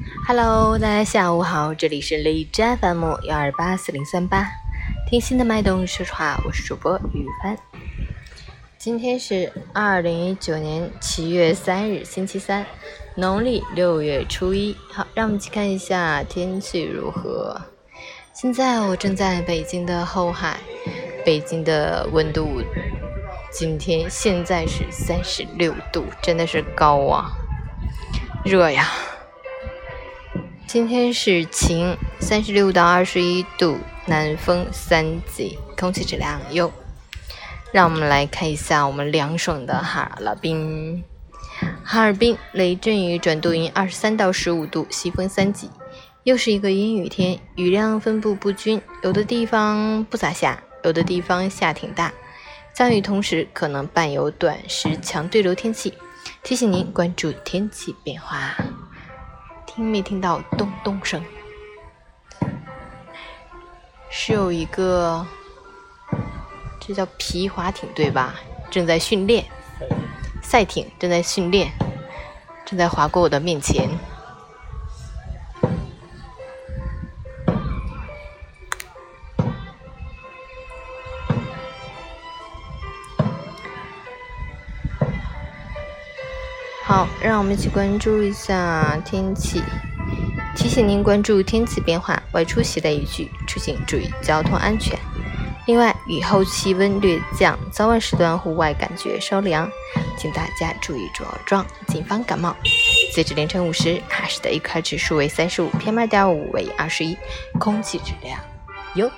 Hello， 大家下午好，这里是荔枝 FM 1284038，听心的脉动说实话，我是主播雨帆。今天是2019年7月3日，星期三，农历6月初1。好，让我们去看一下天气如何。现在我正在北京的后海，北京的温度今天现在是36度，真的是高啊，热呀。今天是晴，36到21度，南风3级，空气质量优。让我们来看一下我们凉爽的哈尔滨。哈尔滨雷阵雨转多云，23到15度，西风3级。又是一个阴雨天，雨量分布不均，有的地方不咋下，有的地方下挺大。降雨同时可能伴有短时强对流天气，提醒您关注天气变化。听没听到咚咚声？是有一个，这叫皮划艇对吧？正在训练，赛艇正在训练，正在划过我的面前。好，让我们一起关注一下天气。提醒您关注天气变化，外出携带雨具，出行注意交通安全。另外，雨后气温略降，早晚时段户外感觉稍凉，请大家注意着装，谨防感冒。截至凌晨5时，哈市的AQI指数为35 ，PM2.5 为21，空气质量优。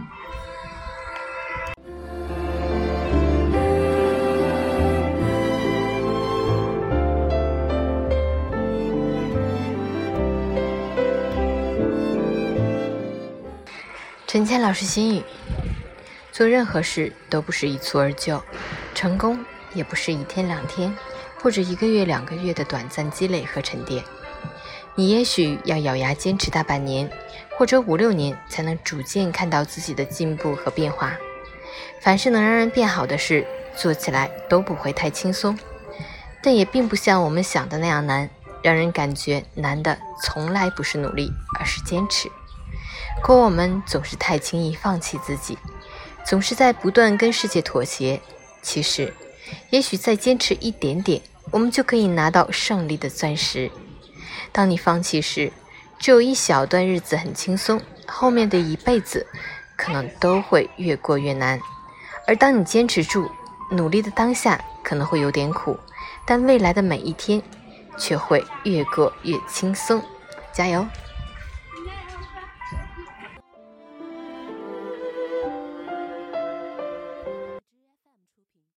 陈谦老师心语：做任何事都不是一蹴而就，成功也不是1天2天或者1个月2个月的短暂积累和沉淀。你也许要咬牙坚持大半年或者5、6年，才能逐渐看到自己的进步和变化。凡是能让人变好的事，做起来都不会太轻松，但也并不像我们想的那样难，让人感觉难的从来不是努力，而是坚持。可我们总是太轻易放弃自己，总是在不断跟世界妥协。其实也许再坚持一点点，我们就可以拿到胜利的钻石。当你放弃时，只有一小段日子很轻松，后面的一辈子可能都会越过越难。而当你坚持住，努力的当下可能会有点苦，但未来的每一天却会越过越轻松。加油！